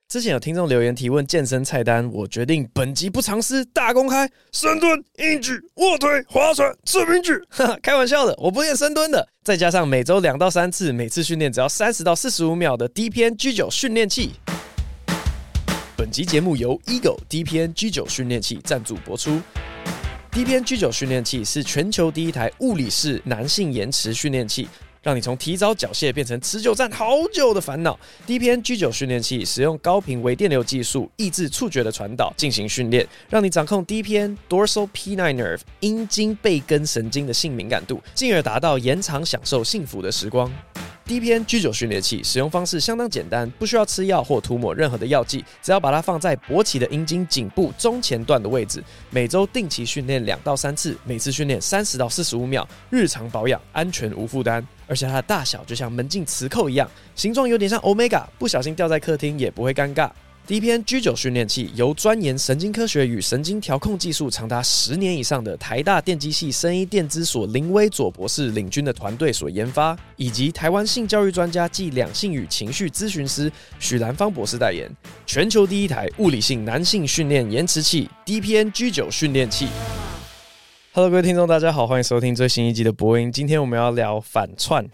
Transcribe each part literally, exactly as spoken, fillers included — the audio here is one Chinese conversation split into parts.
之前有听众留言提问健身菜单，我决定本集不藏私，大公开：深蹲、硬举、卧推、划船、侧平举。开玩笑的，我不练深蹲的。再加上每周两到三次，每次训练只要三十到四十五秒的 D P N G 九 训练器。本集节目由 Eagle D P N G 九 训练器赞助播出。D P N G 九 训练器是全球第一台物理式男性延迟训练器。让你从提早缴械变成持久战好久的烦恼。D P N G 九 训练器使用高频微电流技术，抑制触觉的传导，进行训练，让你掌控 D P N Dorsal Penile Nerve 阴茎背根神经的性敏感度，进而达到延长享受幸福的时光。D P N G 九 训练器使用方式相当简单，不需要吃药或涂抹任何的药剂，只要把它放在勃起的阴茎颈部中前段的位置，每周定期训练两到三次，每次训练三十到四十五秒，日常保养，安全无负担。而且它的大小就像门禁磁扣一样，形状有点像 Omega， 不小心掉在客厅也不会尴尬。D P N G 九 训练器由钻研神经科学与神经调控技术长达十年以上的台大电机系生医电资所林威佐博士领军的团队所研发，以及台湾性教育专家暨两性与情绪咨询师许兰芳博士代言，全球第一台物理性男性训练延迟器 D P N G 九 训练器。Hello， 各位听众，大家好，欢迎收听最新一集的播音。今天我们要聊反串。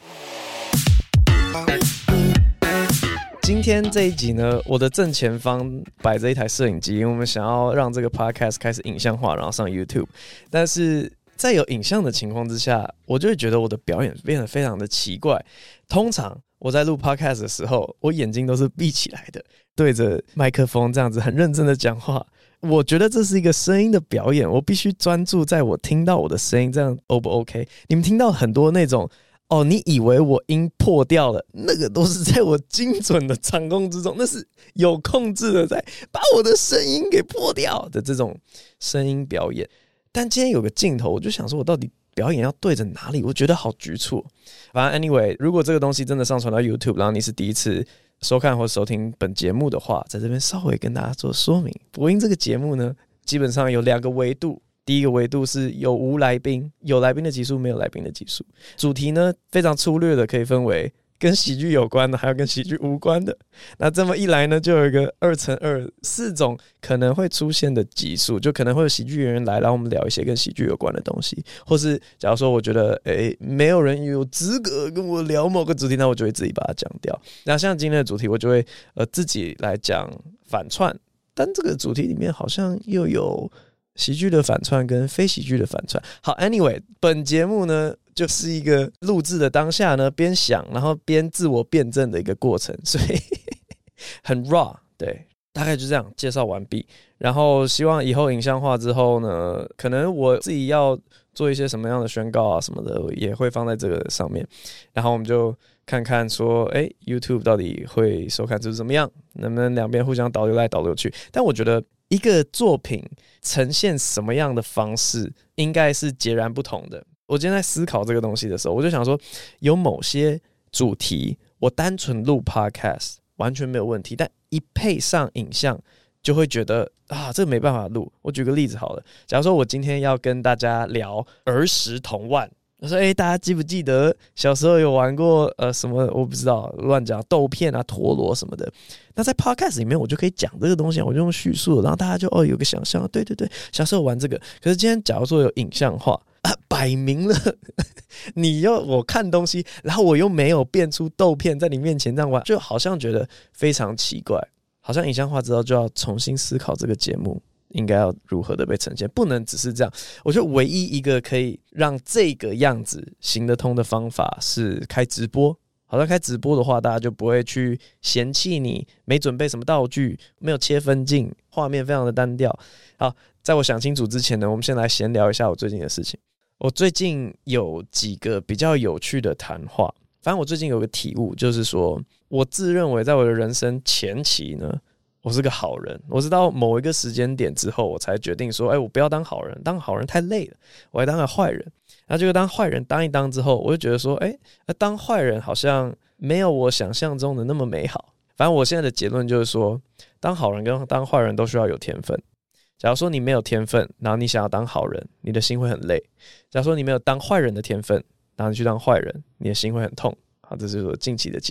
今天这一集呢，我的正前方摆着一台摄影机，因为我们想要让这个 podcast 开始影像化，然后上 YouTube。但是在有影像的情况之下，我就会觉得我的表演变得非常的奇怪。通常我在录 podcast 的时候，我眼睛都是闭起来的，对着麦克风这样子很认真的讲话。我觉得这是一个声音的表演，我必须专注在我听到我的声音，这样 O 不 OK？ 你们听到很多那种哦，你以为我音破掉了，那个都是在我精准的掌控之中，那是有控制的在把我的声音给破掉的这种声音表演。但今天有个镜头，我就想说我到底表演要对着哪里，我觉得好局促。反正 anyway， 如果这个东西真的上传到 YouTube， 然后你是第一次收看或收听本节目的话，在这边稍微跟大家做说明。播音这个节目呢，基本上有两个维度。第一个维度是有无来宾，有来宾的集数，没有来宾的集数。主题呢，非常粗略的可以分为跟喜剧有关的，还有跟喜剧无关的。那这么一来呢，就有一个二乘二四种可能会出现的集数，就可能会有喜剧演员来，然后我们聊一些跟喜剧有关的东西，或是假如说我觉得诶没有人有资格跟我聊某个主题，那我就会自己把它讲掉。那像今天的主题，我就会呃自己来讲反串，但这个主题里面好像又有喜剧的反串跟非喜剧的反串。好 ，anyway， 本节目呢就是一个录制的当下呢，边想然后边自我辩证的一个过程，所以很 raw。对，大概就这样介绍完毕。然后希望以后影像化之后呢，可能我自己要做一些什么样的宣告啊什么的，也会放在这个上面。然后我们就看看说，哎 ，YouTube 到底会收看出怎么样，能不能两边互相导流来导流去？但我觉得一个作品呈现什么样的方式，应该是截然不同的。我今天在思考这个东西的时候，我就想说，有某些主题，我单纯录 podcast 完全没有问题，但一配上影像，就会觉得啊，这个没办法录。我举个例子好了，假如说我今天要跟大家聊儿时童玩。我说，哎、欸，大家记不记得小时候有玩过呃什么？我不知道，乱讲豆片啊、陀螺什么的。那在 podcast 里面，我就可以讲这个东西，我就用叙述，然后大家就哦有个想象，对对对，小时候玩这个。可是今天假如说有影像化啊，摆明了你要我看东西，然后我又没有变出豆片在你面前这样玩，就好像觉得非常奇怪，好像影像化之后就要重新思考这个节目应该要如何的被呈现，不能只是这样。我觉得唯一一个可以让这个样子行得通的方法是开直播。好像开直播的话，大家就不会去嫌弃你没准备什么道具，没有切分镜，画面非常的单调。好，在我想清楚之前呢，我们先来闲聊一下我最近的事情。我最近有几个比较有趣的谈话，反正我最近有个体悟，就是说我自认为在我的人生前期呢，我是个好人。我是到某一个时间点之后，我才决定说，哎、欸，我不要当好人，当好人太累了，我来当个坏人。然后结果当坏人当一当之后，我就觉得说，哎、欸，当坏人好像没有我想象中的那么美好。反正我现在的结论就是说，当好人跟当坏人都需要有天分。假如说你没有天分，然后你想要当好人，你的心会很累。假如说你没有当坏人的天分，然后你去当坏人，你的心会很痛。好，这是我近期的结论。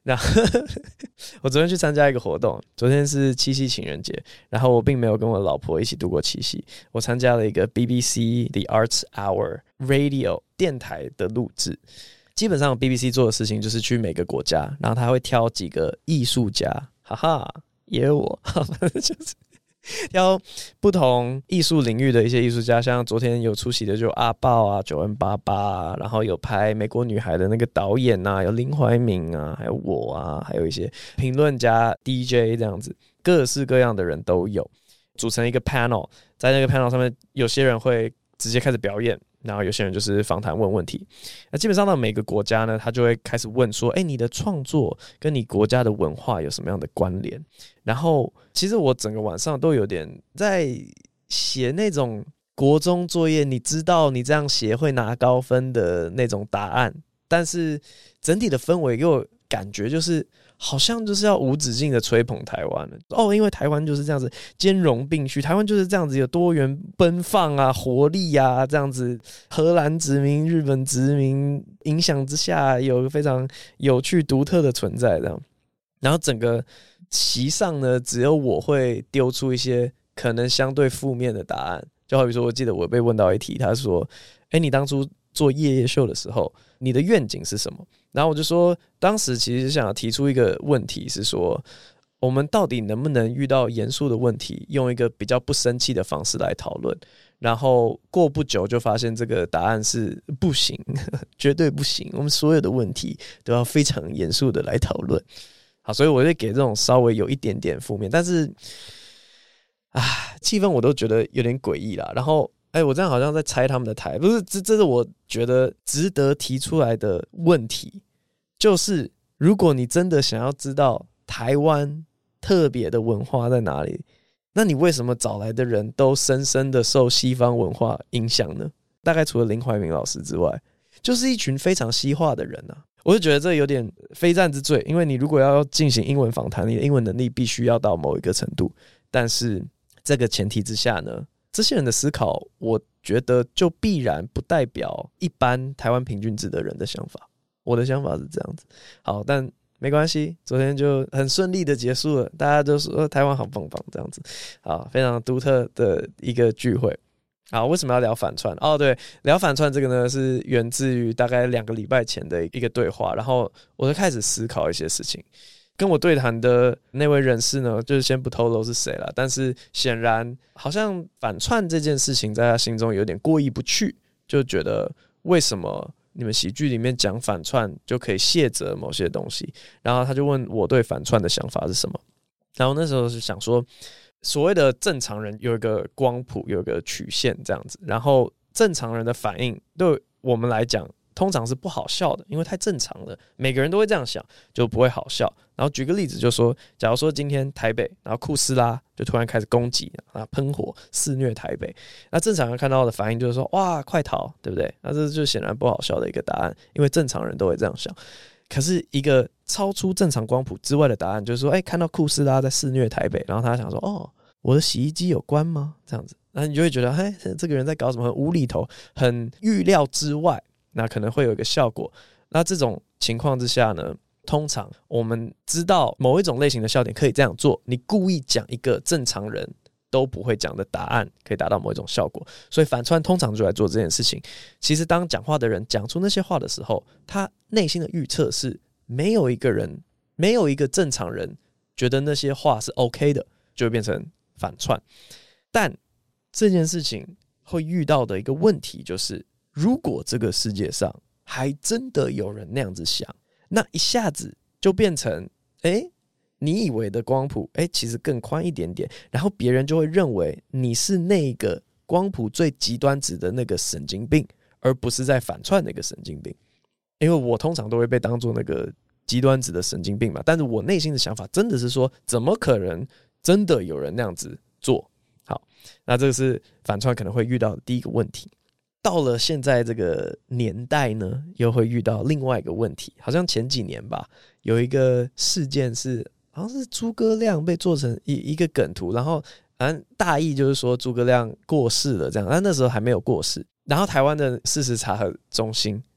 然后我昨天去参加一个活动，昨天是七夕情人节，然后我并没有跟我老婆一起度过七夕，我参加了一个 B B C The Arts Hour Radio 电台的录制。基本上 B B C 做的事情就是去每个国家，然后他会挑几个艺术家，哈哈，也有我，反正就是挑不同艺术领域的一些艺术家，像昨天有出席的就阿豹啊、九 N 八八啊，然后有拍《美国女孩》的那个导演啊，有林怀民啊，还有我啊，还有一些评论家、D J 这样子，各式各样的人都有，组成一个 panel， 在那个 panel 上面，有些人会直接开始表演。然后有些人就是访谈问问题，那基本上呢，每个国家呢，他就会开始问说，哎，你的创作跟你国家的文化有什么样的关联？然后其实我整个晚上都有点在写那种国中作业，你知道你这样写会拿高分的那种答案，但是整体的氛围给我感觉就是好像就是要无止境的吹捧台湾了哦，因为台湾就是这样子兼容并蓄，台湾就是这样子有多元奔放啊、活力啊，这样子荷兰殖民、日本殖民影响之下，有个非常有趣独特的存在这样。然后整个席上呢，只有我会丢出一些可能相对负面的答案，就好比说，我记得我被问到一题，他说：“哎，你当初做夜夜秀的时候，你的愿景是什么？”然后我就说，当时其实想提出一个问题是说，我们到底能不能遇到严肃的问题，用一个比较不生气的方式来讨论？然后过不久就发现这个答案是不行，绝对不行。我们所有的问题都要非常严肃的来讨论。好，所以我就给这种稍微有一点点负面，但是啊，气氛我都觉得有点诡异啦。然后。哎、欸，我这样好像在拆他们的台，不是？这这是我觉得值得提出来的问题，就是如果你真的想要知道台湾特别的文化在哪里，那你为什么找来的人都深深的受西方文化影响呢？大概除了林怀民老师之外，就是一群非常西化的人啊。我就觉得这有点非战之罪，因为你如果要进行英文访谈，你的英文能力必须要到某一个程度，但是这个前提之下呢？这些人的思考，我觉得就必然不代表一般台湾平均值的人的想法。我的想法是这样子。好，但没关系，昨天就很顺利的结束了，大家都说台湾好棒棒这样子。好，非常独特的一个聚会。好，为什么要聊反串？哦，对，聊反串这个呢，是源自于大概两个礼拜前的一个对话，然后我就开始思考一些事情。跟我对谈的那位人士呢，就是先不透露是谁了，但是显然好像反串这件事情在他心中有点过意不去，就觉得为什么你们喜剧里面讲反串就可以卸责某些东西，然后他就问我对反串的想法是什么，然后那时候是想说，所谓的正常人有一个光谱，有一个曲线这样子，然后正常人的反应对我们来讲通常是不好笑的，因为太正常了，每个人都会这样想，就不会好笑。然后举个例子，就说，假如说今天台北，然后库斯拉就突然开始攻击啊，喷火肆虐台北，那正常人看到的反应就是说，哇，快逃，对不对？那这就显然不好笑的一个答案，因为正常人都会这样想。可是一个超出正常光谱之外的答案，就是说，哎、欸，看到库斯拉在肆虐台北，然后他想说，哦，我的洗衣机有关吗？这样子，那你就会觉得，哎，这个人在搞什么？很无厘头，很预料之外。那可能会有一个效果。那这种情况之下呢，通常我们知道某一种类型的笑点可以这样做，你故意讲一个正常人都不会讲的答案，可以达到某一种效果。所以反串通常就来做这件事情。其实当讲话的人讲出那些话的时候，他内心的预测是没有一个人，没有一个正常人觉得那些话是 OK 的，就会变成反串。但这件事情会遇到的一个问题就是，如果这个世界上还真的有人那样子想，那一下子就变成，哎，你以为的光谱，哎，其实更宽一点点，然后别人就会认为你是那个光谱最极端值的那个神经病，而不是在反串那个神经病。因为我通常都会被当作那个极端值的神经病嘛，但是我内心的想法真的是说，怎么可能真的有人那样子做？好，那这个是反串可能会遇到的第一个问题。到了现在这个年代呢，又会遇到另外一个问题。好像前几年吧，有一个事件是，好像是诸葛亮被做成一一个梗图，然后反正大意就是说诸葛亮过世了这样，但那时候还没有过世。然后台湾的事实查核中心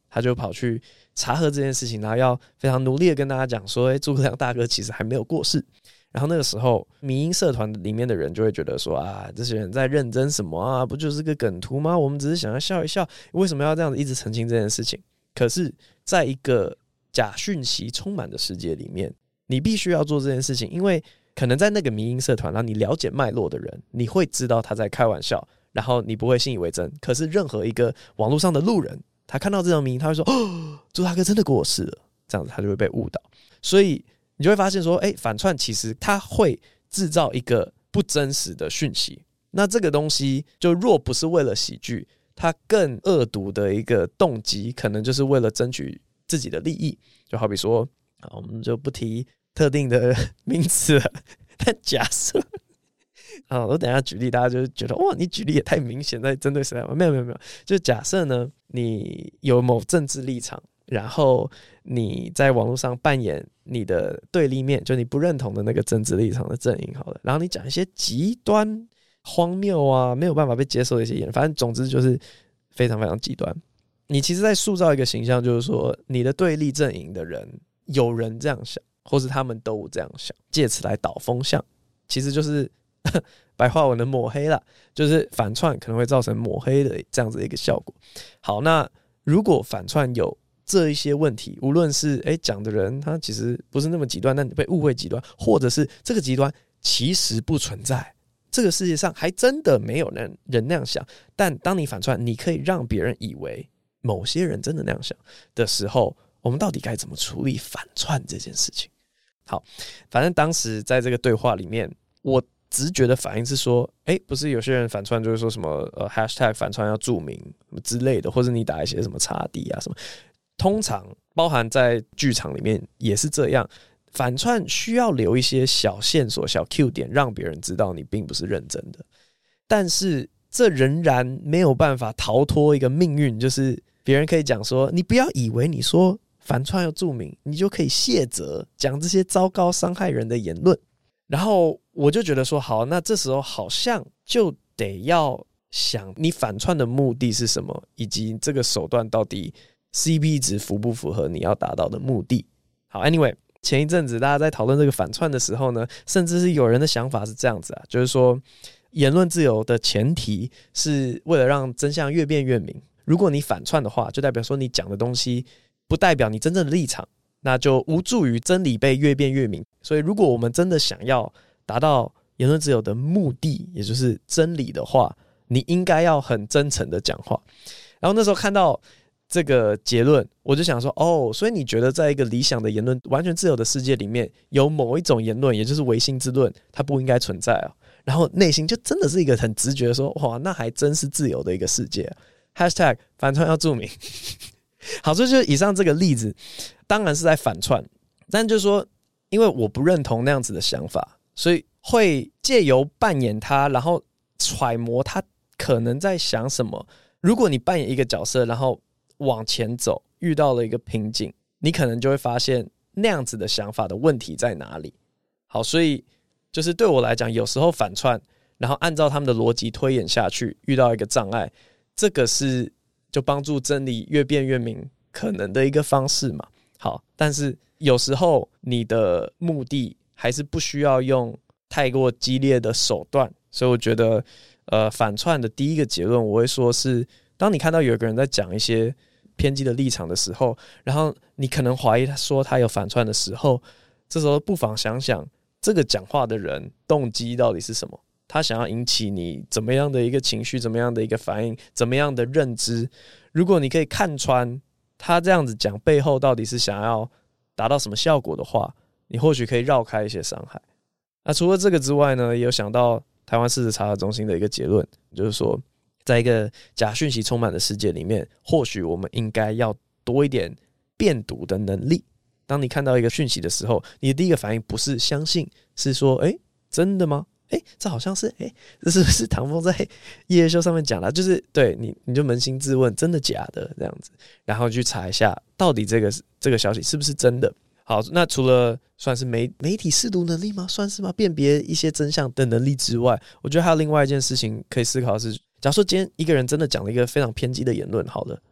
他就跑去查核这件事情，然后要非常努力的跟大家讲说，哎、欸，诸葛亮大哥其实还没有过世。然后那个时候，迷因社团里面的人就会觉得说啊，这些人在认真什么啊？不就是个梗图吗？我们只是想要笑一笑，为什么要这样子一直澄清这件事情？可是，在一个假讯息充满的世界里面，你必须要做这件事情，因为可能在那个迷因社团，然后你了解脉络的人，你会知道他在开玩笑，然后你不会信以为真。可是任何一个网络上的路人，他看到这条迷因，他会说：“哦，朱大哥真的过世了。”这样子他就会被误导。所以你就会发现说，哎、欸，反串其实它会制造一个不真实的讯息。那这个东西就若不是为了喜剧，它更恶毒的一个动机，可能就是为了争取自己的利益。就好比说，我们就不提特定的名词了，但假设，啊，我等一下举例，大家就觉得哇，你举例也太明显，在针对谁？没有没有没有，就假设呢，你有某政治立场。然后你在网络上扮演你的对立面，就你不认同的那个政治立场的阵营，好了。然后你讲一些极端荒谬啊，没有办法被接受的一些言论，反正总之就是非常非常极端。你其实在塑造一个形象，就是说你的对立阵营的人，有人这样想，或是他们都这样想，借此来导风向，其实就是白话文的抹黑啦，就是反串可能会造成抹黑的这样子的一个效果。好，那如果反串有这一些问题，无论是哎讲的人他其实不是那么极端，但你被误会极端，或者是这个极端其实不存在，这个世界上还真的没有人人那样想，但当你反串，你可以让别人以为某些人真的那样想的时候，我们到底该怎么处理反串这件事情？好，反正当时在这个对话里面，我直觉的反应是说，哎、欸，不是有些人反串就是说什么呃 hashtag 反串要注明什么之类的，或者你打一些什么叉 D 啊什么。通常包含在剧场里面也是这样，反串需要留一些小线索、小 Q 点，让别人知道你并不是认真的。但是这仍然没有办法逃脱一个命运，就是别人可以讲说，你不要以为你说反串要注明，你就可以卸责讲这些糟糕伤害人的言论。然后我就觉得说，好，那这时候好像就得要想你反串的目的是什么，以及这个手段到底C P 值符不符合你要达到的目的。好 anyway， 前一阵子大家在讨论这个反串的时候呢，甚至是有人的想法是这样子啊，就是说言论自由的前提是为了让真相越辩越明，如果你反串的话，就代表说你讲的东西不代表你真正的立场，那就无助于真理被越辩越明。所以如果我们真的想要达到言论自由的目的，也就是真理的话，你应该要很真诚的讲话。然后那时候看到这个结论，我就想说，哦，所以你觉得在一个理想的言论完全自由的世界里面，有某一种言论，也就是唯心之论，它不应该存在啊。然后内心就真的是一个很直觉的说，哇，那还真是自由的一个世界啊。hashtag 反串要注明。好，所以就以上这个例子，当然是在反串，但就是说，因为我不认同那样子的想法，所以会借由扮演他，然后揣摩他可能在想什么。如果你扮演一个角色，然后往前走，遇到了一个瓶颈，你可能就会发现那样子的想法的问题在哪里。好，所以就是对我来讲，有时候反串，然后按照他们的逻辑推演下去，遇到一个障碍，这个是就帮助真理越辩越明可能的一个方式嘛。好，但是有时候你的目的还是不需要用太过激烈的手段，所以我觉得呃，反串的第一个结论，我会说是，当你看到有一个人在讲一些偏激的立场的时候，然后你可能怀疑他说他有反串的时候，这时候不妨想想这个讲话的人动机到底是什么，他想要引起你怎么样的一个情绪，怎么样的一个反应，怎么样的认知。如果你可以看穿他这样子讲背后到底是想要达到什么效果的话，你或许可以绕开一些伤害。那除了这个之外呢，也有想到台湾事实查核中心的一个结论，就是说在一个假讯息充满的世界里面，或许我们应该要多一点辨读的能力。当你看到一个讯息的时候，你的第一个反应不是相信，是说诶，真的吗？诶，这好像是诶，这是不是唐凤在夜夜秀上面讲的？就是对你你就扪心自问，真的假的这样子，然后去查一下到底这个这个消息是不是真的。好，那除了算是 媒, 媒体识读能力吗？算是吗？辨别一些真相的能力之外，我觉得还有另外一件事情可以思考的是，假如说今天一个人真的讲了一个非常偏激的言论，好了，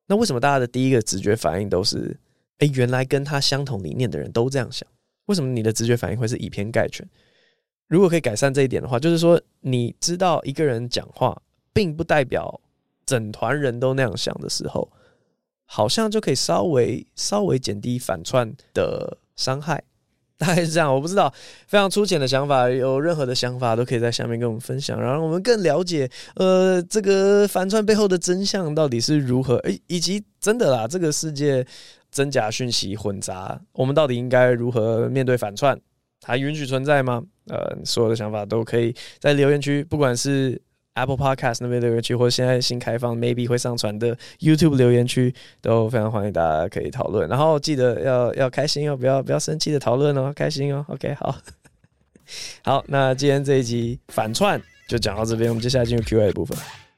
那为什么大家的第一个直觉反应都是，哎，原来跟他相同理念的人都这样想？为什么你的直觉反应会是以偏概全？如果可以改善这一点的话，就是说你知道一个人讲话，并不代表整团人都那样想的时候，好像就可以稍微稍微减低反串的伤害。大概是这样，我不知道，非常粗浅的想法，有任何的想法都可以在下面跟我们分享，然后我们更了解，呃，这个反串背后的真相到底是如何，以及真的啦，这个世界真假讯息混杂，我们到底应该如何面对反串？它允许存在吗？呃，所有的想法都可以在留言区，不管是Apple Podcast 那边留言区，或者现在新开放 maybe 会上传的 YouTube 留言区，都非常欢迎大家可以讨论。然后记得要要开心哦，不要不要生气的讨论哦，开心哦。OK， 好，好，那今天这一集反串就讲到这边，我们接下来进入 Q A 的部分。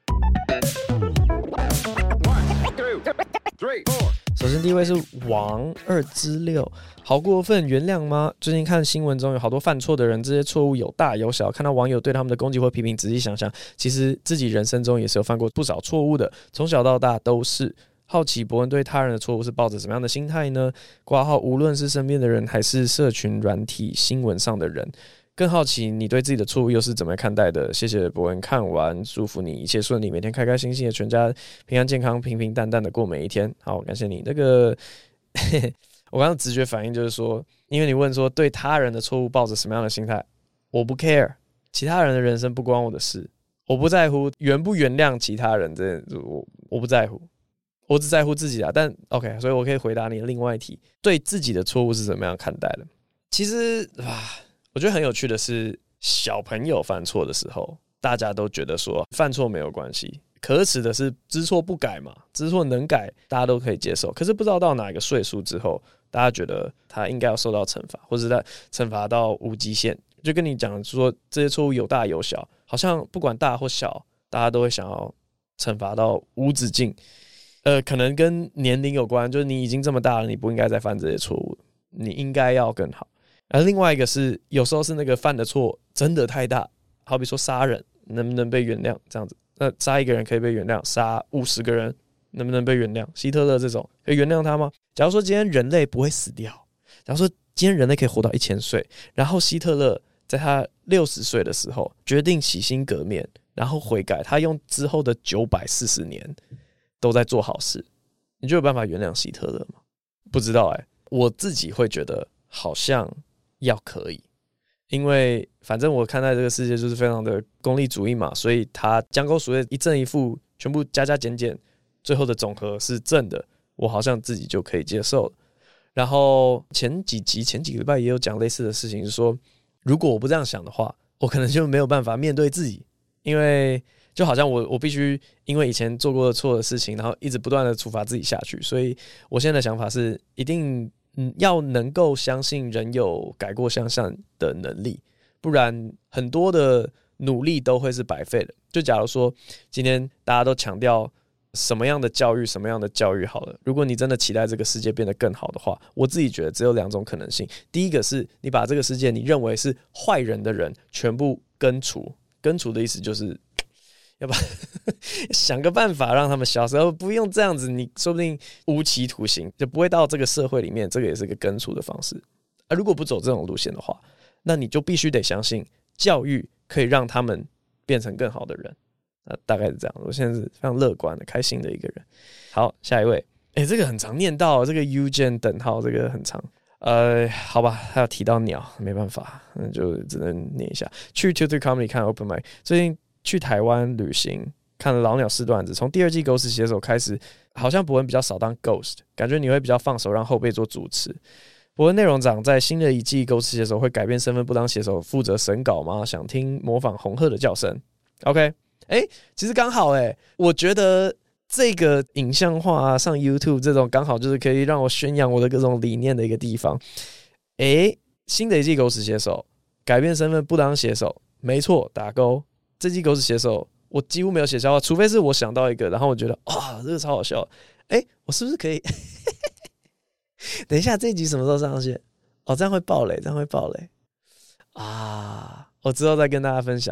首先第一位是王二之六，好过分，原谅吗？最近看新闻中有好多犯错的人，这些错误有大有小，看到网友对他们的攻击或批评，仔细想想，其实自己人生中也是有犯过不少错误的，从小到大都是。好奇伯恩对他人的错误是抱着什么样的心态呢？括号无论是身边的人还是社群软体新闻上的人，更好奇你对自己的错误又是怎么看待的？谢谢伯恩，看完祝福你一切顺利，每天开开心心的，全家平安健康，平平淡淡的过每一天。好，感谢你。那个我刚刚直觉反应就是说，因为你问说对他人的错误抱着什么样的心态，我不 care， 其他人的人生不关我的事，我不在乎原不原谅其他人，这我我不在乎。我只在乎自己啊，但 OK， 所以我可以回答你的另外一题，对自己的错误是怎么样看待的？其实啊，我觉得很有趣的是，小朋友犯错的时候，大家都觉得说犯错没有关系，可耻的是知错不改嘛，知错能改，大家都可以接受。可是不知道到哪一个岁数之后，大家觉得他应该要受到惩罚，或者是他惩罚到无极限，就跟你讲说这些错误有大有小，好像不管大或小，大家都会想要惩罚到无止境。呃，可能跟年龄有关，就是你已经这么大了，你不应该再犯这些错误，你应该要更好。而另外一个是，有时候是那个犯的错真的太大，好比说杀人能不能被原谅这样子？那杀一个人可以被原谅，杀五十个人能不能被原谅？希特勒这种可以原谅他吗？假如说今天人类不会死掉，假如说今天人类可以活到一千岁，然后希特勒在他六十岁的时候决定洗心革面，然后悔改，他用之后的九百四十年。都在做好事，你就有办法原谅希特勒吗？不知道哎、欸，我自己会觉得好像要可以，因为反正我看待这个世界就是非常的功利主义嘛，所以他江沟俗业一正一负，全部加加减减，最后的总和是正的，我好像自己就可以接受了。然后前几集前几个礼拜也有讲类似的事情，是说如果我不这样想的话，我可能就没有办法面对自己，因为。就好像我我必须因为以前做过的错的事情，然后一直不断的处罚自己下去，所以我现在的想法是，一定嗯要能够相信人有改过向善的能力，不然很多的努力都会是白费的。就假如说今天大家都强调什么样的教育，什么样的教育好了，如果你真的期待这个世界变得更好的话，我自己觉得只有两种可能性。第一个是你把这个世界你认为是坏人的人全部根除，根除的意思就是。要不想个办法让他们消失，而不用这样子，你说不定无期徒刑就不会到这个社会里面，这个也是个根除的方式。而如果不走这种路线的话，那你就必须得相信教育可以让他们变成更好的人。那大概是这样，我现在是非常乐观的、开心的一个人。好，下一位，哎、欸，这个很常念到，这个 Eugen 等号，这个很长。呃，好吧，还有提到鸟，没办法，那就只能念一下。去 Two Three Comedy 看 Open Mic， 最近。去台湾旅行，看了老鸟试段子。从第二季狗屎写手开始，好像伯恩比较少当 ghost， 感觉你会比较放手，让后辈做主持。伯恩内容长在新的一季狗屎写手会改变身份，不当写手，负责审稿吗？想听模仿红鹤的叫声。OK， 哎、欸，其实刚好哎、欸，我觉得这个影像化啊，上 YouTube 这种刚好就是可以让我宣扬我的各种理念的一个地方。哎、欸，新的一季狗屎写手改变身份，不当写手，没错，打勾。这季狗屎写手，我几乎没有写笑话，除非是我想到一个，然后我觉得哇，这个超好笑。哎、欸，我是不是可以？等一下，这一集什么时候上线？哦，这样会爆雷，这样会爆雷啊！我之后再跟大家分享。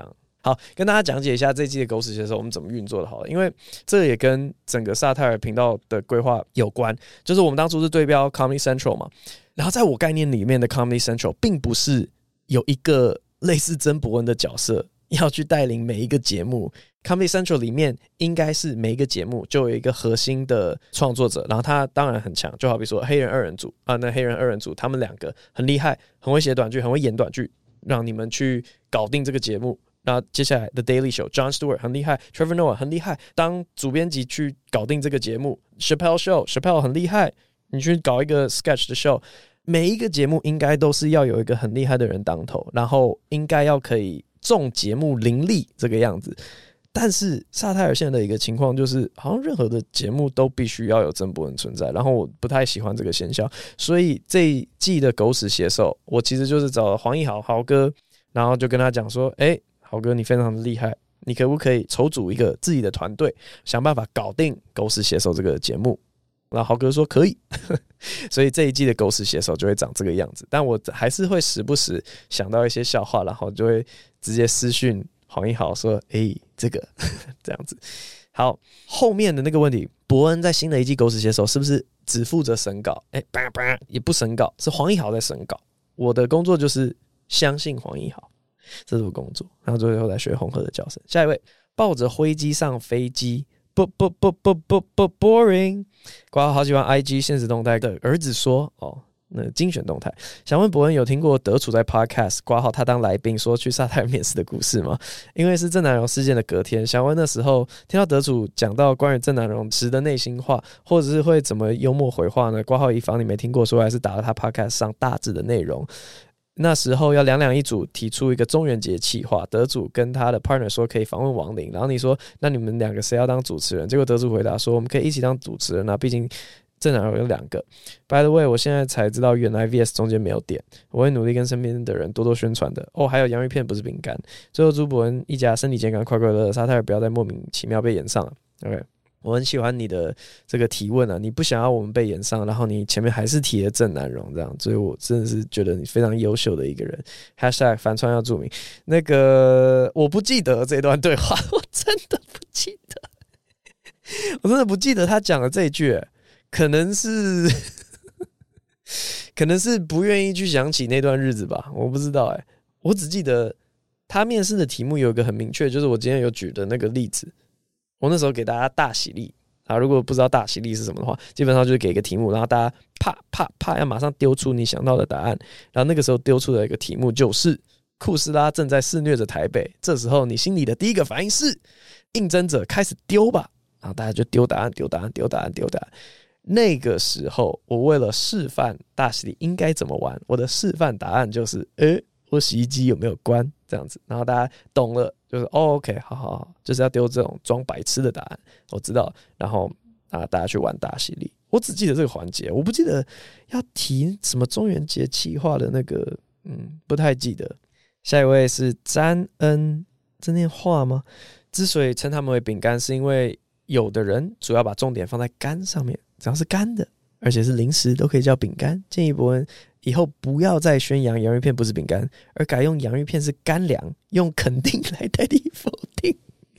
好，跟大家讲解一下这一季的狗屎写手我们怎么运作的好了，因为这也跟整个萨泰尔频道的规划有关。就是我们当初是对标 Comedy Central 嘛，然后在我概念里面的 Comedy Central 并不是有一个类似曾博恩的角色要去带领每一个节目。Comedy Central 里面应该是每一个节目就有一个核心的创作者，然后他当然很强，就好比说黑人二人组啊，那黑人二人组他们两个很厉害，很会写短剧，很会演短剧，让你们去搞定这个节目。然后接下来 The Daily Show Jon Stewart 很厉害， Trevor Noah 很厉害，当主编辑去搞定这个节目。 Chappelle Show Chappelle 很厉害，你去搞一个 sketch 的 show。每一个节目应该都是要有一个很厉害的人当头，然后应该要可以众节目林立这个样子。但是萨泰尔现在的一个情况就是，好像任何的节目都必须要有曾博恩存在，然后我不太喜欢这个现象，所以这一季的狗屎写手，我其实就是找了黄义豪豪哥，然后就跟他讲说，哎，豪哥你非常的厉害，你可不可以筹组一个自己的团队，想办法搞定狗屎写手这个节目？然后豪哥说可以所以这一季的狗屎写手就会长这个样子，但我还是会时不时想到一些笑话，然后就会直接私讯黄义豪说，哎，这个这样子。好，后面的那个问题，伯恩在新的一季狗屎写手是不是只负责审稿？哎，叭叭也不审稿，是黄义豪在审稿。我的工作就是相信黄义豪，这是我工作，然后最后来学红鹤的叫声。下一位，抱着灰机上飞机，不不不不不不 boring。括号好喜欢 I G 现实动态的儿子说，哦，那精选动态，想问伯恩有听过德楚在 podcast 括号他当来宾说去萨泰尔面试的故事吗？因为是郑南榕事件的隔天，想问那时候听到德楚讲到关于郑南榕时的内心话，或者是会怎么幽默回话呢？括号以防你没听过，说还是打了他 podcast 上大致的内容。那时候要两两一组提出一个中元节企划，德主跟他的 partner 说可以访问王林，然后你说那你们两个谁要当主持人？结果德主回答说我们可以一起当主持人啊，毕竟郑南榕有两个。 By the way 我现在才知道原来 V S 中间没有点，我会努力跟身边的人多多宣传的哦。还有洋芋片不是饼干。最后祝伯恩一家身体健康快快乐乐，沙泰尔不要再莫名其妙被延上了。 OK，我很喜欢你的这个提问啊，你不想要我们被延上，然后你前面还是提了郑南榕这样，所以我真的是觉得你非常优秀的一个人。hashtag 反串要注明。那个我不记得这段对话，我真的不记得，我真的不记得他讲的这一句，可能是可能是不愿意去想起那段日子吧，我不知道哎，我只记得他面试的题目有一个很明确，就是我今天有举的那个例子。我那时候给大家大喜力啊，如果不知道大喜力是什么的话，基本上就是给一个题目，然后大家啪啪啪要马上丢出你想到的答案。然后那个时候丢出的一个题目就是库斯拉正在肆虐着台北，这时候你心里的第一个反应是应征者开始丢吧，然后大家就丢答案丢答案丢答案丢答案。那个时候我为了示范大喜力应该怎么玩，我的示范答案就是诶我洗衣机有没有关这样子，然后大家懂了，就是哦 OK 好好好，就是要丢这种装白痴的答案，我知道，然后啊大家去玩大喜力。我只记得这个环节，我不记得要提什么中元节企划的那个，嗯，不太记得。下一位是詹恩，这念话吗？之所以称他们为饼干，是因为有的人主要把重点放在干上面，只要是干的而且是零食都可以叫饼干。建议伯恩以后不要再宣扬洋芋片不是饼干，而改用洋芋片是干粮，用肯定来代替否定。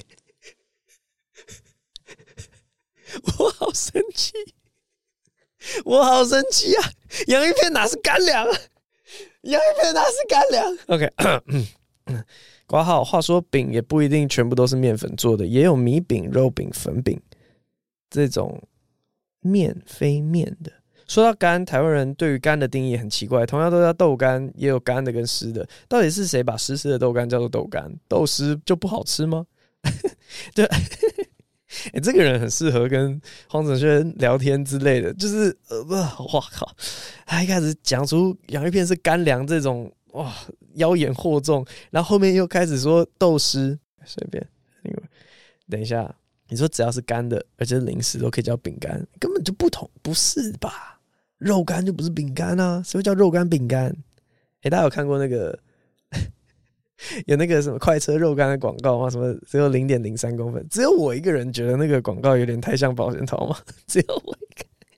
我好生气，我好生气啊！洋芋片哪是干粮啊？洋芋片哪是干粮 ？OK， 括号话说饼也不一定全部都是面粉做的，也有米饼、肉饼、粉饼这种面非面的。说到干，台湾人对于干的定义很奇怪，同样都叫豆干，也有干的跟湿的，到底是谁把湿湿的豆干叫做豆干？豆湿就不好吃吗？对。欸，这个人很适合跟黄子轩聊天之类的，就是呃，哇靠，他一开始讲出洋芋片是干粮这种哇妖言惑众，然后后面又开始说豆湿，随便，等一下，你说只要是干的，而且是零食都可以叫饼干，根本就不同，不是吧？肉干就不是饼干啊，谁会叫肉干饼干？欸，大家有看过那个？有那个什么快车肉干的广告吗？什么只有 零点零三 公分？只有我一个人觉得那个广告有点太像保险套吗？只有我一个，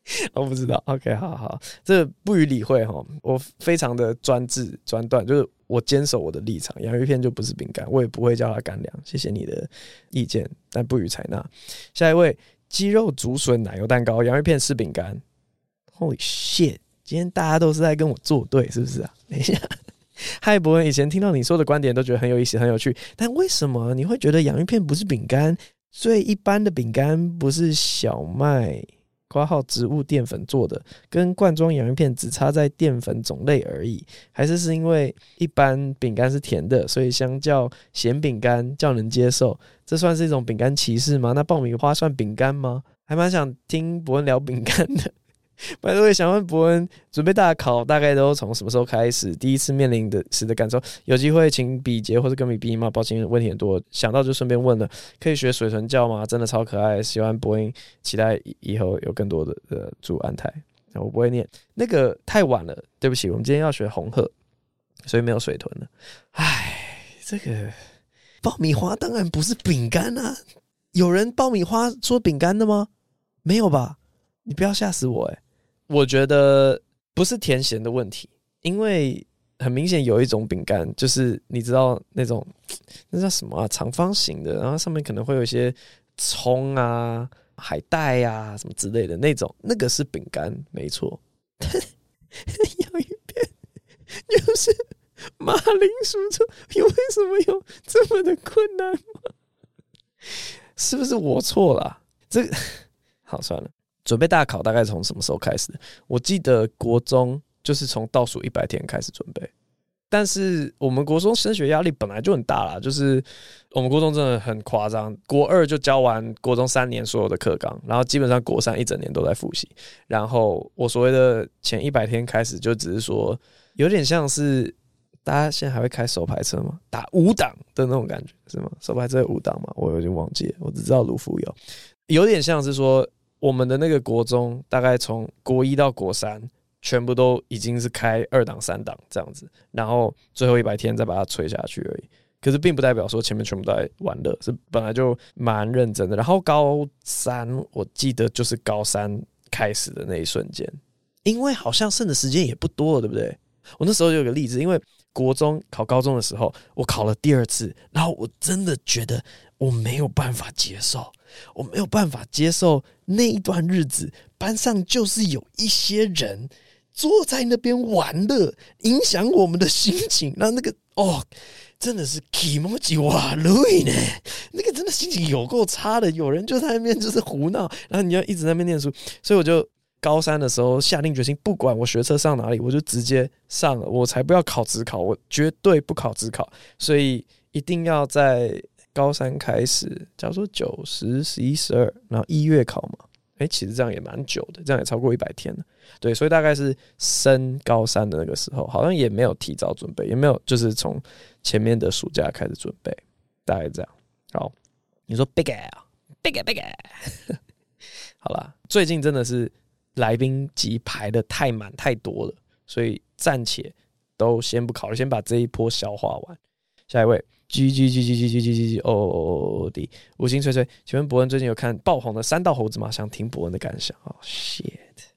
我不知道 OK 好好，这不予理会齁，我非常的专制专断，就是我坚守我的立场，洋芋片就不是饼干，我也不会叫它干粮，谢谢你的意见，但不予采纳。下一位，鸡肉竹笋奶油蛋糕，洋芋片是饼干。Holy shit， 今天大家都是在跟我作对是不是啊？等一下，嗨伯恩，以前听到你说的观点都觉得很有意思很有趣，但为什么你会觉得洋芋片不是饼干？最一般的饼干不是小麦括号植物淀粉做的，跟罐装洋芋片只差在淀粉种类而已，还是是因为一般饼干是甜的，所以相较咸饼干较能接受？这算是一种饼干歧视吗？那爆米花算饼干吗？还蛮想听伯恩聊饼干的。by the way，想问伯恩，准备大考大概都从什么时候开始？第一次面临的时的感受，有机会请比杰或者跟比比吗？抱歉，问题很多，想到就顺便问了。可以学水豚叫吗？真的超可爱，喜欢伯恩，期待以后有更多的呃祝安泰。我不会念那个太晚了，对不起，我们今天要学红鹤，所以没有水豚了。唉，这个爆米花当然不是饼干啊！有人爆米花说饼干的吗？没有吧？你不要吓死我哎、欸！我觉得不是甜咸的问题，因为很明显有一种饼干，就是你知道那种那叫什么啊，长方形的，然后上面可能会有一些葱啊、海带啊什么之类的那种，那个是饼干，没错。洋芋片就是马铃薯做，你为什么有这么的困难吗？是不是我错了、啊？这个好算了。准备大考大概从什么时候开始的？我记得国中就是从倒数一百天开始准备，但是我们国中升学压力本来就很大啦，就是我们国中真的很夸张，国二就教完国中三年所有的课纲，然后基本上国三一整年都在复习。然后我所谓的前一百天开始，就只是说有点像是大家现在还会开手排车吗？打五档的那种感觉是吗？手排车有五档吗？我有点忘记了，我只知道卢浮有，有点像是说。我们的那个国中大概从国一到国三全部都已经是开二档三档这样子，然后最后一百天再把它吹下去而已。可是并不代表说前面全部都在玩乐，是本来就蛮认真的。然后高三我记得就是高三开始的那一瞬间，因为好像剩的时间也不多了，对不对？我那时候就有个例子，因为国中考高中的时候，我考了第二次，然后我真的觉得我没有办法接受，我没有办法接受那一段日子，班上就是有一些人坐在那边玩乐，影响我们的心情，然后那个哦，真的是気持ち悪い呢，那个真的心情有够差的，有人就在那边就是胡闹，然后你要一直在那边念书，所以我就。高三的时候下定决心，不管我学测上哪里，我就直接上了，我才不要考指考，我绝对不考指考，所以一定要在高三开始，假如说九、十、十一、十二，然后一月考嘛，哎、欸，其实这样也蛮久的，这样也超过一百天了，对，所以大概是升高三的那个时候，好像也没有提早准备，也没有就是从前面的暑假开始准备，大概这样。好，你说 big 啊 ，big big， 好啦，最近真的是。来宾级排的太满太多了，所以暂且都先不考虑，先把这一波消化完。下一位 G G G G G G G G G O D 五星吹吹，请问伯恩最近有看爆红的三道猴子吗？想听伯恩的感想。哦、oh, shit，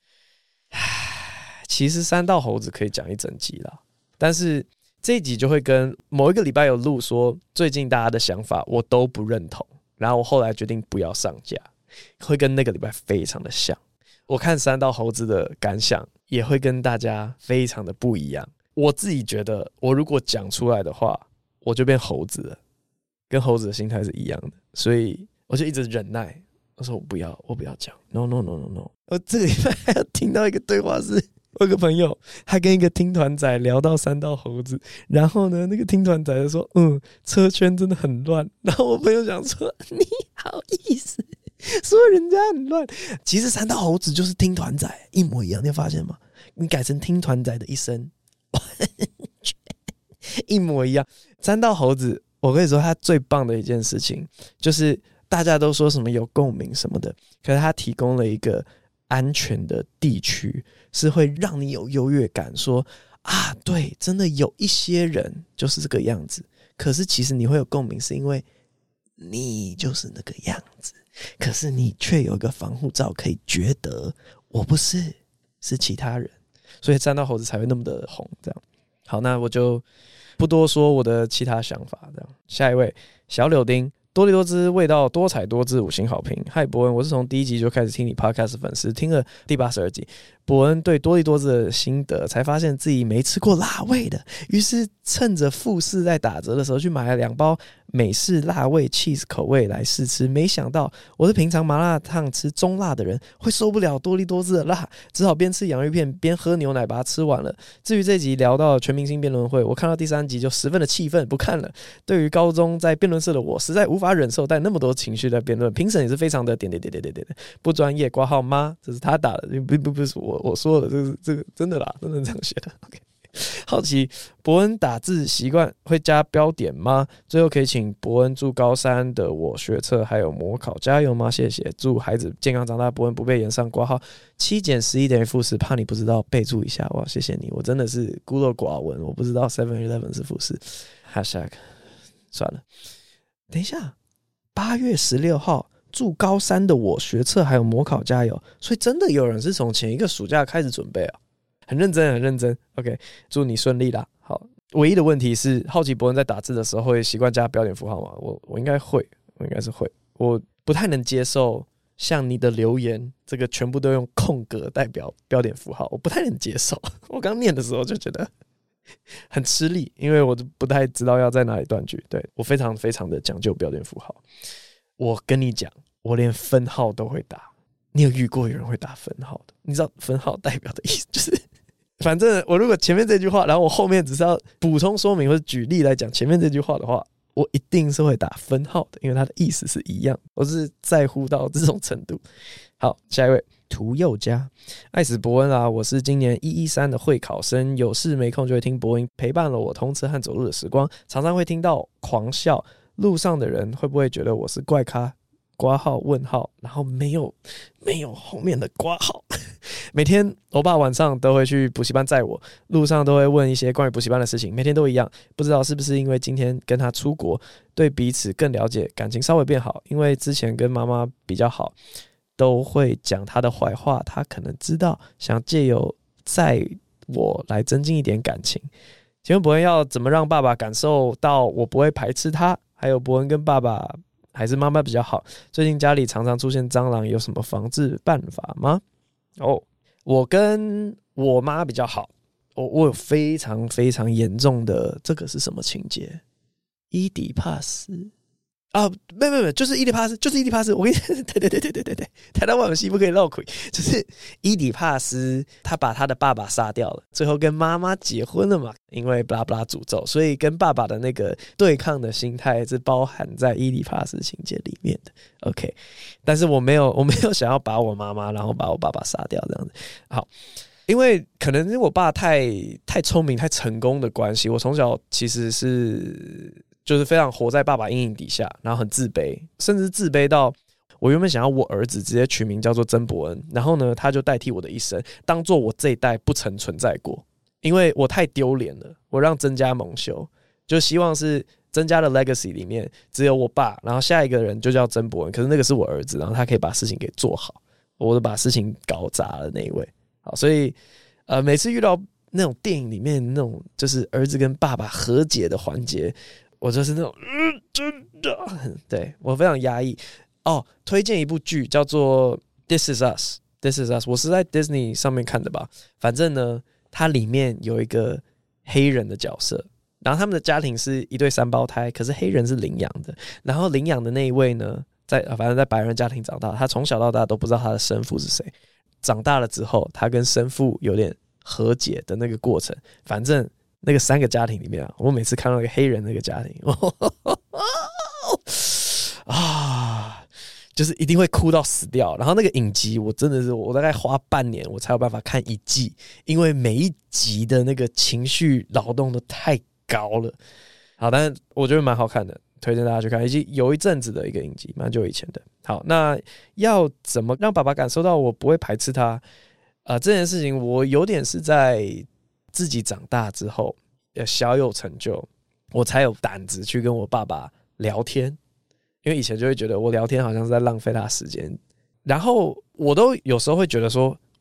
其实三道猴子可以讲一整集啦，但是这一集就会跟某一个礼拜有录说最近大家的想法我都不认同，然后我后来决定不要上架，会跟那个礼拜非常的像。我看三道猴子的感想也会跟大家非常的不一样。我自己觉得，我如果讲出来的话，我就变猴子了，跟猴子的心态是一样的，所以我就一直忍耐。我说我不要，我不要讲 ，no no no no no。我这个礼拜还要听到一个对话是，我有个朋友，他跟一个听团仔聊到三道猴子，然后呢，那个听团仔就说，嗯，车圈真的很乱。然后我朋友想说，你好意思？说人家很乱，其实三道猴子就是听团仔一模一样，你有发现吗？你改成听团仔的一生，一模一样。三道猴子，我跟你说，他最棒的一件事情就是大家都说什么有共鸣什么的，可是他提供了一个安全的地区，是会让你有优越感，说啊，对，真的有一些人就是这个样子，可是其实你会有共鸣，是因为你就是那个样子。可是你却有一个防护罩，可以觉得我不是，是其他人，所以战斗猴子才会那么的红。这样，好，那我就不多说我的其他想法。这样，下一位小柳丁。多利多汁味道多彩多姿，五星好评。嗨，伯恩，我是从第一集就开始听你 podcast 的粉丝，听了第八十二集。伯恩对多利多汁的心得，才发现自己没吃过辣味的，于是趁着富士在打折的时候去买了两包美式辣味 cheese 口味来试吃。没想到我是平常麻辣烫吃中辣的人，会受不了多利多汁的辣，只好边吃洋芋片边喝牛奶把它吃完了。至于这集聊到全明星辩论会，我看到第三集就十分的气愤，不看了。对于高中在辩论社的我，实在无法忍受带那么多情绪在辩论，评审也是非常的点点点点点点不专业。挂号吗？这是他打的，不不不是我我说的，这是这个真的啦，真的这样写的。OK。好奇伯恩打字习惯会加标点吗？最后可以请伯恩祝高三的我学测还有模考加油吗？谢谢，祝孩子健康长大，伯恩不被延上挂号。七减十一等于负十，怕你不知道，备注一下。哇，谢谢你，我真的是孤陋寡闻，我不知道 seven eleven 是负十。hashtag 算了，等一下，八月十六号。祝高三的我学测还有模考加油，所以真的有人是从前一个暑假开始准备啊，很认真很认真。 OK， 祝你顺利啦。好，唯一的问题是好奇伯恩在打字的时候会习惯加标点符号吗？我我应该会，我应该是会。我不太能接受像你的留言这个全部都用空格代表标点符号，我不太能接受。我刚念的时候就觉得很吃力，因为我不太知道要在哪里断句。对，我非常非常的讲究标点符号。我跟你讲，我连分号都会打。你有遇过有人会打分号的？你知道分号代表的意思就是，反正我如果前面这句话，然后我后面只是要补充说明或者举例来讲前面这句话的话，我一定是会打分号的，因为它的意思是一样。我是在乎到这种程度。好，下一位涂佑嘉，爱死伯恩啊！我是今年一一三的会考生，有事没空就会听伯恩，陪伴了我通车和走路的时光，常常会听到狂笑。路上的人会不会觉得我是怪咖？括号问号，然后没有没有后面的括号。每天我爸晚上都会去补习班载我，路上都会问一些关于补习班的事情，每天都一样。不知道是不是因为今天跟他出国，对彼此更了解，感情稍微变好。因为之前跟妈妈比较好，都会讲他的坏话，他可能知道，想借由载我来增进一点感情。请问伯恩要怎么让爸爸感受到我不会排斥他？还有伯恩跟爸爸还是妈妈比较好？最近家里常常出现蟑螂，有什么防治办法吗？哦，我跟我妈比较好，我我有非常非常严重的，这个是什么情节？伊底帕斯啊，没有没有，就是伊底帕斯，就是伊底帕斯。我跟你对对对对对对对，台湾网戏不可以漏口，就是伊底帕斯，他把他的爸爸杀掉了，最后跟妈妈结婚了嘛，因为布拉布拉诅咒，所以跟爸爸的那个对抗的心态是包含在伊底帕斯情节里面的。OK， 但是我没有，我没有想要把我妈妈，然后把我爸爸杀掉这样子。好。因为可能是我爸太太聪明、太成功的关系，我从小其实是就是非常活在爸爸阴影底下，然后很自卑，甚至自卑到我原本想要我儿子直接取名叫做曾伯恩，然后呢，他就代替我的一生，当做我这一代不曾存在过，因为我太丢脸了，我让曾家蒙羞，就希望是曾家的 legacy 里面只有我爸，然后下一个人就叫曾伯恩，可是那个是我儿子，然后他可以把事情给做好，我就把事情搞砸了那一位。好，所以呃，每次遇到那种电影里面那种就是儿子跟爸爸和解的环节，我就是那种嗯，真的，对我非常压抑。哦，推荐一部剧叫做《This Is Us》，《This Is Us》，我是在 Disney 上面看的吧。反正呢，它里面有一个黑人的角色，然后他们的家庭是一对三胞胎，可是黑人是领养的。然后领养的那一位呢，在反正在白人家庭长大，他从小到大都不知道他的生父是谁。长大了之后，他跟生父有点和解的那个过程，反正那个三个家庭里面啊，我每次看到一个黑人那个家庭，啊，就是一定会哭到死掉。然后那个影集，我真的是我大概花半年我才有办法看一季，因为每一集的那个情绪劳动都太高了。好，但是我觉得蛮好看的。推荐大家去看，以及有一阵子的一个影集，蛮久以前的。好，那要怎么让爸爸感受到我不会排斥他？呃，这件事情我有点是在自己长大之后，小有成就，我才有胆子去跟我爸爸聊天。因为以前就会觉得我聊天好像是在浪费他的时间，然后我都有时候会觉得说，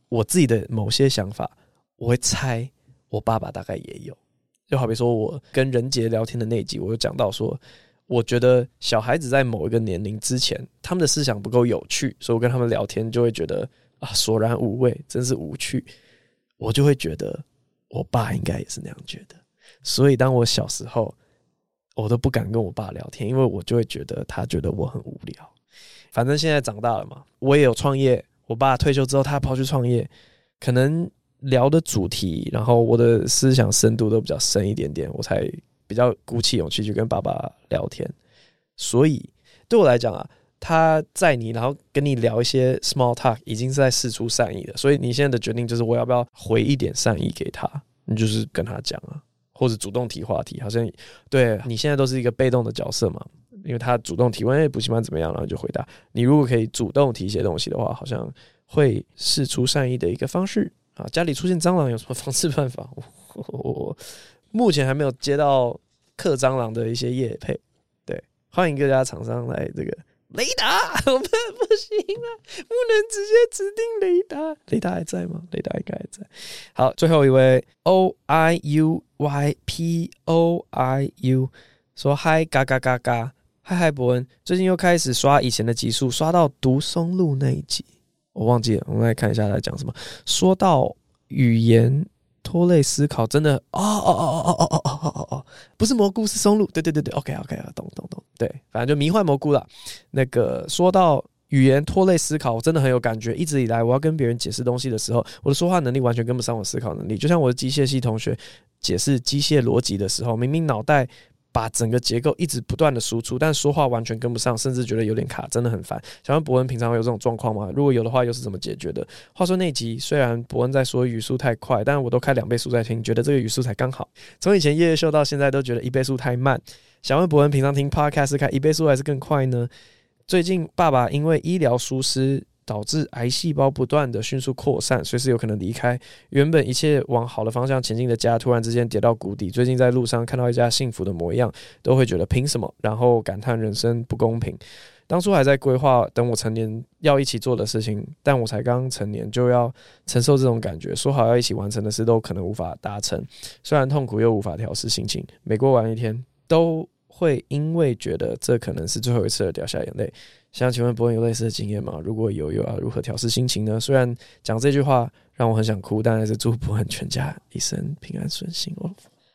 我自己的某些想法，我会猜我爸爸大概也有。就好比说我跟仁杰聊天的那一集，我有讲到说，我觉得小孩子在某一个年龄之前，他们的思想不够有趣，所以我跟他们聊天就会觉得啊索然无味，真是无趣。我就会觉得我爸应该也是那样觉得，所以当我小时候，我都不敢跟我爸聊天，因为我就会觉得他觉得我很无聊。反正现在长大了嘛，我也有创业，我爸退休之后他跑去创业，可能聊的主题，然后我的思想深度都比较深一点点，我才比较鼓起勇气去跟爸爸聊天。所以对我来讲啊，他在你然后跟你聊一些 small talk 已经是在释出善意了，所以你现在的决定就是我要不要回一点善意给他，你就是跟他讲啊，或者主动提话题，好像对你现在都是一个被动的角色嘛，因为他主动提问，哎，补习班怎么样，然后就回答。你如果可以主动提一些东西的话，好像会释出善意的一个方式啊。家里出现蟑螂有什么防治办法？我目前还没有接到克蟑螂的一些业配，对，欢迎各家厂商来这个雷达，我们不行啊，不能直接指定雷达。雷达还在吗？雷达应该还在。好，最后一位 O I U Y P O I U 说嗨嘎嘎嘎嘎，嗨嗨伯恩，最近又开始刷以前的集数，刷到读松露那一集，我忘记了，我们来看一下他在讲什么。说到语言拖累思考，真的哦哦哦哦哦哦哦哦哦，不是蘑菇是松露，对对对对 ，OK OK， 懂懂懂，对，反正就迷幻蘑菇啦。那个说到语言拖累思考，我真的很有感觉。一直以来，我要跟别人解释东西的时候，我的说话能力完全跟不上我思考能力。就像我的机械系同学解释机械逻辑的时候，明明脑袋把整个结构一直不断的输出，但说话完全跟不上，甚至觉得有点卡，真的很烦。想问伯恩平常有这种状况吗？如果有的话，又是怎么解决的？话说那集虽然伯恩在说语速太快，但我都开两倍速在听，觉得这个语速才刚好。从以前夜夜秀到现在，都觉得一倍速太慢。想问伯恩平常听 podcast 是开一倍速还是更快呢？最近爸爸因为医疗疏失，导致癌细胞不断的迅速扩散，随时有可能离开原本一切往好的方向前进的家，突然之间跌到谷底。最近在路上看到一家幸福的模样，都会觉得凭什么，然后感叹人生不公平。当初还在规划等我成年要一起做的事情，但我才刚成年就要承受这种感觉，说好要一起完成的事都可能无法达成，虽然痛苦又无法调试心情，每过完一天都会因为觉得这可能是最后一次而掉下眼泪。想请问伯恩有类似的经验吗？如果有，又要如何调试心情呢？虽然讲这句话让我很想哭，但还是祝伯恩全家一生平安顺心哦。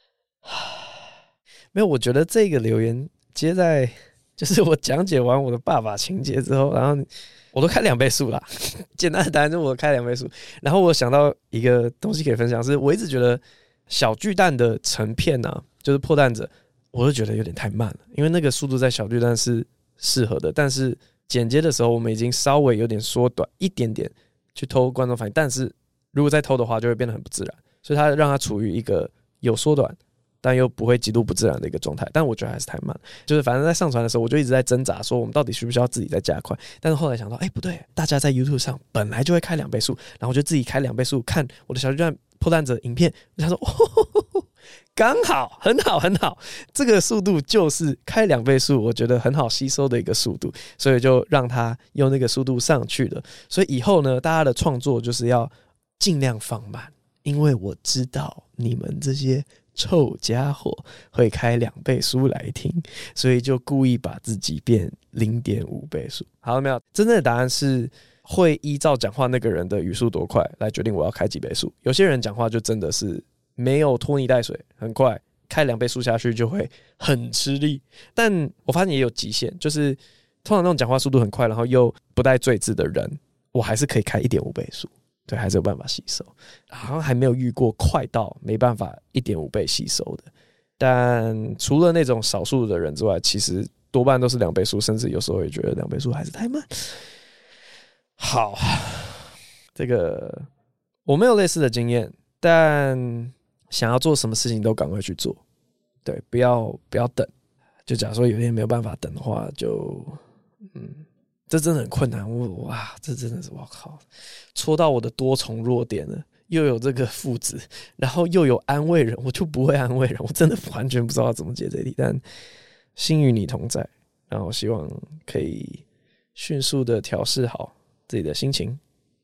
没有，我觉得这个留言接在就是我讲解完我的爸爸情节之后，然后我都开两倍速啦。简单的答案就是我开两倍速。然后我想到一个东西可以分享，是我一直觉得小巨蛋的成片啊，就是破蛋者，我就觉得有点太慢了，因为那个速度在小巨蛋是适合的，但是剪接的时候我们已经稍微有点缩短一点点去偷观众反应，但是如果再偷的话就会变得很不自然，所以它让它处于一个有缩短但又不会极度不自然的一个状态，但我觉得还是太慢。就是反正在上传的时候我就一直在挣扎说我们到底需不需要自己再加快，但是后来想到哎、欸、不对，大家在 YouTube 上本来就会开两倍速，然后我就自己开两倍速看我的小巨蛋破蛋者影片，我想说哦刚好很好很好，这个速度就是开两倍速我觉得很好吸收的一个速度，所以就让他用那个速度上去了。所以以后呢大家的创作就是要尽量放慢，因为我知道你们这些臭家伙会开两倍速来听，所以就故意把自己变 零点五 倍速。好了没有？真正的答案是会依照讲话那个人的语速多快来决定我要开几倍速。有些人讲话就真的是没有拖泥带水，很快开两倍速下去就会很吃力。但我发现也有极限，就是通常那种讲话速度很快然后又不带赘字的人，我还是可以开 一点五 倍速，对，还是有办法吸收。好像还没有遇过快到没办法 一点五 倍吸收的，但除了那种少数的人之外，其实多半都是两倍速，甚至有时候也觉得两倍速还是太慢。好，这个我没有类似的经验，但想要做什么事情都赶快去做，对，不要不要等。就假如说有一天没有办法等的话，就嗯，这真的很困难。我哇，这真的是我靠，戳到我的多重弱点了。又有这个父子，然后又有安慰人，我就不会安慰人，我真的完全不知道怎么解这一题。但心与你同在，然后希望可以迅速的调试好自己的心情，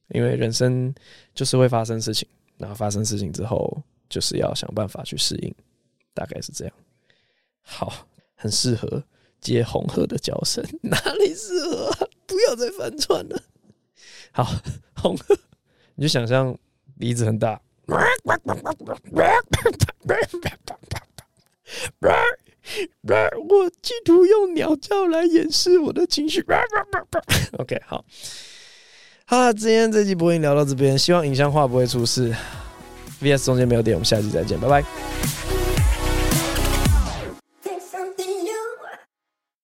因为人生就是会发生事情，然后发生事情之后，就是要想办法去适应，大概是这样。好，很适合接红鹤的叫声，哪里适合啊？不要再翻船了。好，红鹤，你就想象鼻子很大，我企图用鸟叫来掩饰我的情绪。OK， 好，好，今天这集播音聊到这边，希望影像化不会出事。V S 中间没有点，我们下集再见，拜拜。